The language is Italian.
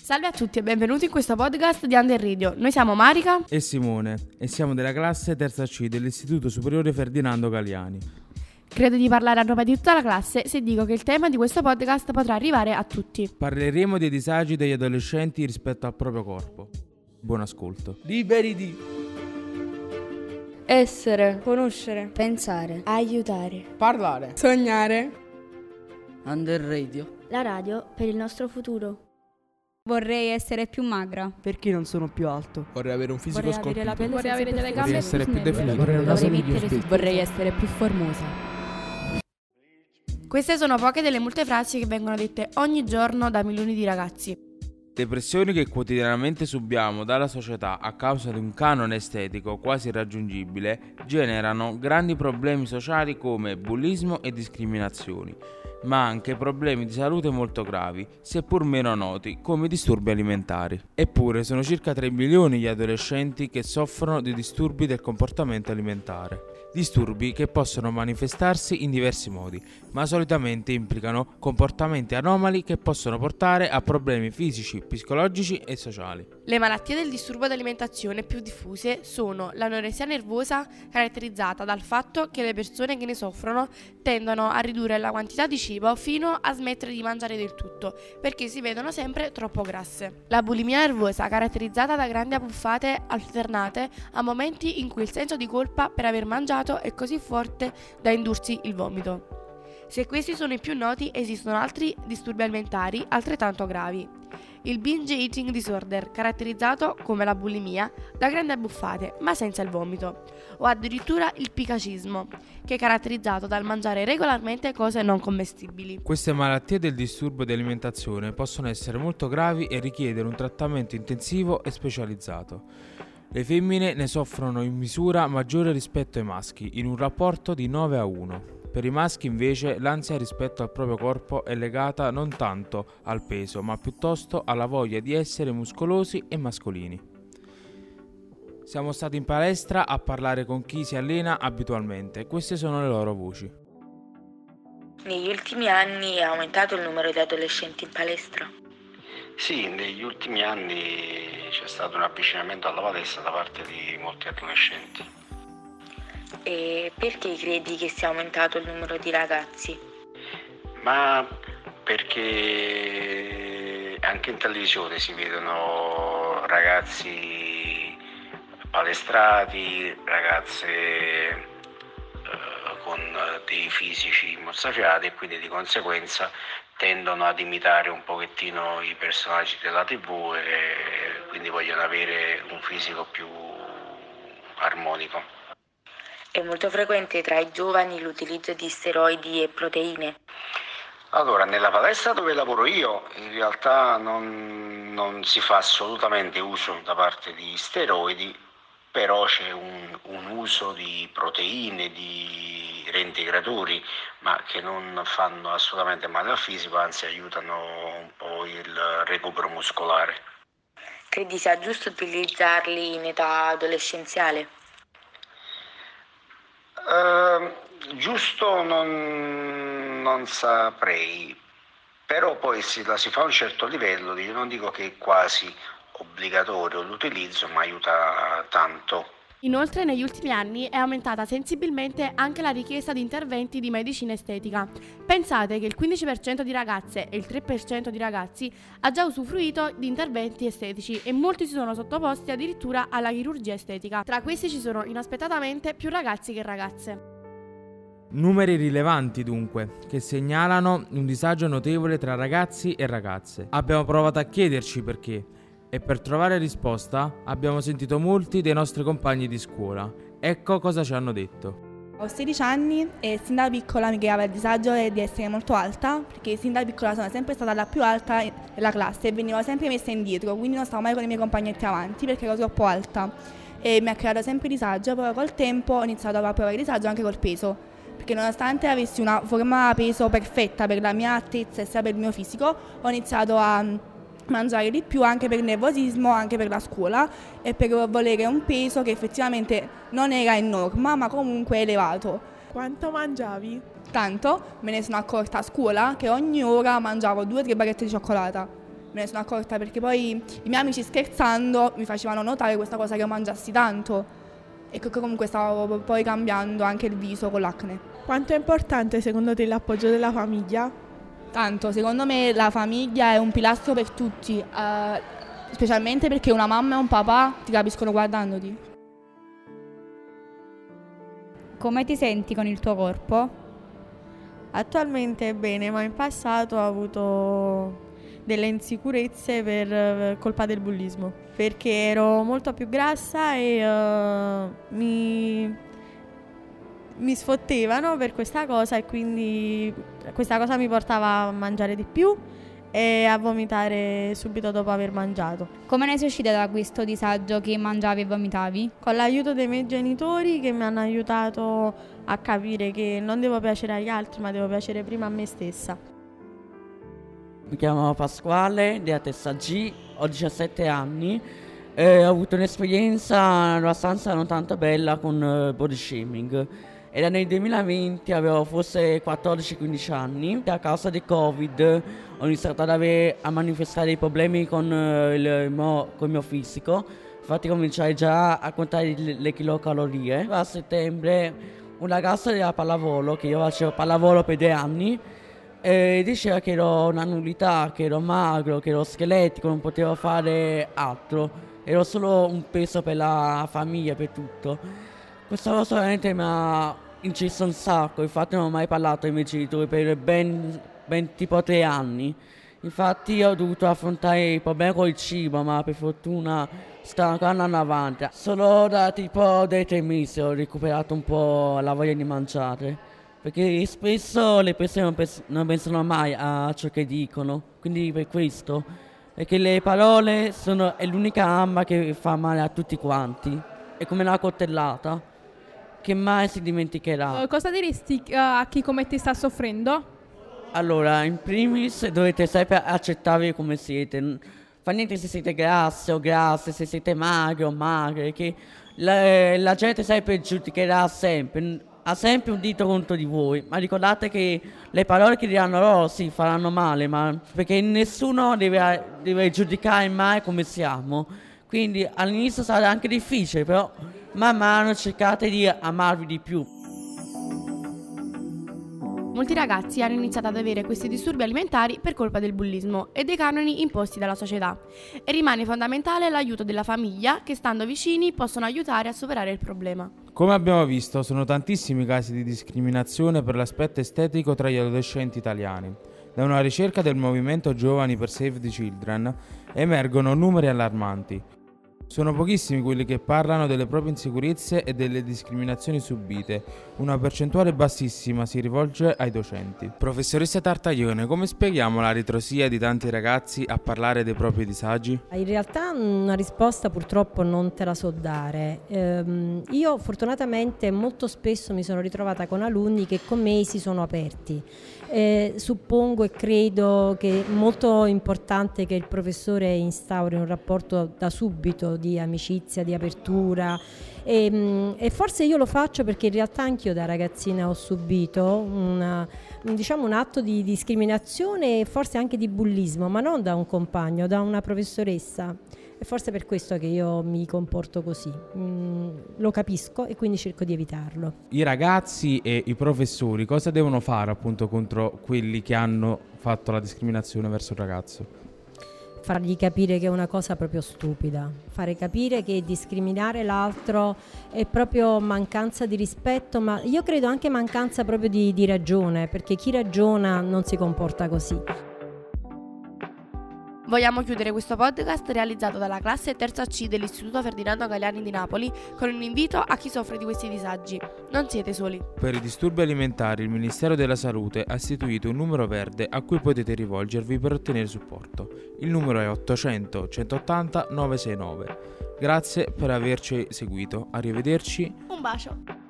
Salve a tutti e benvenuti in questo podcast di Under Radio. Noi siamo Marica e Simone e siamo della classe terza C dell'Istituto Superiore Ferdinando Galiani. Credo di parlare a nome di tutta la classe se dico che il tema di questo podcast potrà arrivare a tutti. Parleremo dei disagi degli adolescenti rispetto al proprio corpo. Buon ascolto. Liberi di essere, conoscere, pensare, aiutare, parlare, sognare. Under Radio, la radio per il nostro futuro. Vorrei essere più magra. Perché non sono più alto? Vorrei avere un fisico scolpito. Vorrei avere delle gambe. Vorrei essere più definito. Vorrei essere più formosa. Queste sono poche delle molte frasi che vengono dette ogni giorno da milioni di ragazzi. Le pressioni che quotidianamente subiamo dalla società a causa di un canone estetico quasi irraggiungibile generano grandi problemi sociali come bullismo e discriminazioni, ma anche problemi di salute molto gravi, seppur meno noti, come disturbi alimentari. Eppure sono circa 3 milioni gli adolescenti che soffrono di disturbi del comportamento alimentare. Disturbi che possono manifestarsi in diversi modi, ma solitamente implicano comportamenti anomali che possono portare a problemi fisici, psicologici e sociali. Le malattie del disturbo d'alimentazione più diffuse sono l'anoressia nervosa, caratterizzata dal fatto che le persone che ne soffrono tendono a ridurre la quantità di cibo fino a smettere di mangiare del tutto, perché si vedono sempre troppo grasse. La bulimia nervosa, caratterizzata da grandi abbuffate alternate a momenti in cui il senso di colpa per aver mangiato è così forte da indursi il vomito. Se questi sono i più noti, esistono altri disturbi alimentari altrettanto gravi. Il binge eating disorder, caratterizzato come la bulimia da grandi abbuffate ma senza il vomito, o addirittura il picacismo, che è caratterizzato dal mangiare regolarmente cose non commestibili. Queste malattie del disturbo di alimentazione possono essere molto gravi e richiedere un trattamento intensivo e specializzato. Le femmine ne soffrono in misura maggiore rispetto ai maschi, in un rapporto di 9-1. Per i maschi invece l'ansia rispetto al proprio corpo è legata non tanto al peso, ma piuttosto alla voglia di essere muscolosi e mascolini. Siamo stati in palestra a parlare con chi si allena abitualmente e queste sono le loro voci. Negli ultimi anni è aumentato il numero di adolescenti in palestra? Sì, negli ultimi anni c'è stato un avvicinamento alla palestra da parte di molti adolescenti. E perché credi che sia aumentato il numero di ragazzi? Ma perché anche in televisione si vedono ragazzi palestrati, ragazze con dei fisici mozzafiati e quindi di conseguenza tendono ad imitare un pochettino i personaggi della TV e quindi vogliono avere un fisico più armonico. È molto frequente tra i giovani l'utilizzo di steroidi e proteine? Allora, nella palestra dove lavoro io in realtà non si fa assolutamente uso da parte di steroidi, però c'è un uso di proteine, di reintegratori, ma che non fanno assolutamente male al fisico, anzi aiutano un po' il recupero muscolare. Credi sia giusto utilizzarli in età adolescenziale? Giusto non saprei, però poi la si fa a un certo livello, io non dico che è quasi obbligatorio l'utilizzo, ma aiuta tanto. Inoltre negli ultimi anni è aumentata sensibilmente anche la richiesta di interventi di medicina estetica. Pensate che il 15% di ragazze e il 3% di ragazzi ha già usufruito di interventi estetici e molti si sono sottoposti addirittura alla chirurgia estetica. Tra questi ci sono inaspettatamente più ragazzi che ragazze. Numeri rilevanti dunque, che segnalano un disagio notevole tra ragazzi e ragazze. Abbiamo provato a chiederci perché. E per trovare risposta abbiamo sentito molti dei nostri compagni di scuola. Ecco cosa ci hanno detto. Ho 16 anni e sin da piccola mi creava il disagio di essere molto alta, perché sin da piccola sono sempre stata la più alta della classe e venivo sempre messa indietro, quindi non stavo mai con i miei compagnetti avanti perché ero troppo alta e mi ha creato sempre disagio, però col tempo ho iniziato a provare disagio anche col peso, perché nonostante avessi una forma peso perfetta per la mia altezza e sia per il mio fisico, ho iniziato a mangiare di più anche per nervosismo, anche per la scuola e per volere un peso che effettivamente non era in norma ma comunque elevato. Quanto mangiavi? Tanto, me ne sono accorta a scuola che ogni ora mangiavo 2 o 3 barrette di cioccolata me ne sono accorta perché poi i miei amici scherzando mi facevano notare questa cosa che io mangiassi tanto e che comunque stavo poi cambiando anche il viso con l'acne. Quanto è importante secondo te l'appoggio della famiglia? Tanto, secondo me la famiglia è un pilastro per tutti, specialmente perché una mamma e un papà ti capiscono guardandoti. Come ti senti con il tuo corpo? Attualmente bene, ma in passato ho avuto delle insicurezze per colpa del bullismo, perché ero molto più grassa e mi sfottevano per questa cosa e quindi questa cosa mi portava a mangiare di più e a vomitare subito dopo aver mangiato. Come ne sei uscita da questo disagio che mangiavi e vomitavi? Con l'aiuto dei miei genitori che mi hanno aiutato a capire che non devo piacere agli altri ma devo piacere prima a me stessa. Mi chiamo Pasquale, della testa G, ho 17 anni e ho avuto un'esperienza abbastanza non tanto bella con body shaming. Era nel 2020, avevo forse 14-15 anni. A causa del Covid ho iniziato a manifestare dei problemi con il mio fisico. Infatti cominciai già a contare le chilocalorie. A settembre un ragazzo della pallavolo, che io facevo pallavolo per 2 anni, diceva che ero una nullità, che ero magro, che ero scheletico, non potevo fare altro. Ero solo un peso per la famiglia, per tutto. Questa cosa veramente mi ha inciso un sacco, infatti non ho mai parlato ai miei genitori per ben tipo 3 anni. Infatti ho dovuto affrontare il problema col cibo, ma per fortuna sto ancora andando avanti. Solo da tipo dei 3 mesi ho recuperato un po' la voglia di mangiare, perché spesso le persone non pensano mai a ciò che dicono, quindi per questo, perché le parole è l'unica arma che fa male a tutti quanti, è come una coltellata che mai si dimenticherà. Cosa diresti a chi come te sta soffrendo? Allora, in primis dovete sempre accettarvi come siete. Fa niente se siete grassi o grasse, se siete magri o magre, che la gente sempre giudicherà sempre, ha sempre un dito contro di voi. Ma ricordate che le parole che diranno loro sì, faranno male, ma perché nessuno deve giudicare mai come siamo. Quindi all'inizio sarà anche difficile, però man mano cercate di amarvi di più. Molti ragazzi hanno iniziato ad avere questi disturbi alimentari per colpa del bullismo e dei canoni imposti dalla società. E rimane fondamentale l'aiuto della famiglia, che stando vicini possono aiutare a superare il problema. Come abbiamo visto, sono tantissimi casi di discriminazione per l'aspetto estetico tra gli adolescenti italiani. Da una ricerca del movimento Giovani per Save the Children emergono numeri allarmanti. Sono pochissimi quelli che parlano delle proprie insicurezze e delle discriminazioni subite. Una percentuale bassissima si rivolge ai docenti. Professoressa Tartaglione, come spieghiamo la ritrosia di tanti ragazzi a parlare dei propri disagi? In realtà una risposta purtroppo non te la so dare. Io fortunatamente molto spesso mi sono ritrovata con alunni che con me si sono aperti. Suppongo e credo che è molto importante che il professore instauri un rapporto da subito di amicizia, di apertura e forse io lo faccio perché in realtà anch'io da ragazzina ho subito un atto di discriminazione e forse anche di bullismo, ma non da un compagno, da una professoressa. E forse per questo che io mi comporto così, lo capisco e quindi cerco di evitarlo. I ragazzi e i professori cosa devono fare appunto contro quelli che hanno fatto la discriminazione verso il ragazzo? Fargli capire che è una cosa proprio stupida, fare capire che discriminare l'altro è proprio mancanza di rispetto, ma io credo anche mancanza proprio di ragione, perché chi ragiona non si comporta così. Vogliamo chiudere questo podcast realizzato dalla classe terza C dell'Istituto Ferdinando Galiani di Napoli con un invito a chi soffre di questi disagi. Non siete soli. Per i disturbi alimentari il Ministero della Salute ha istituito un numero verde a cui potete rivolgervi per ottenere supporto. Il numero è 800 180 969. Grazie per averci seguito. Arrivederci. Un bacio.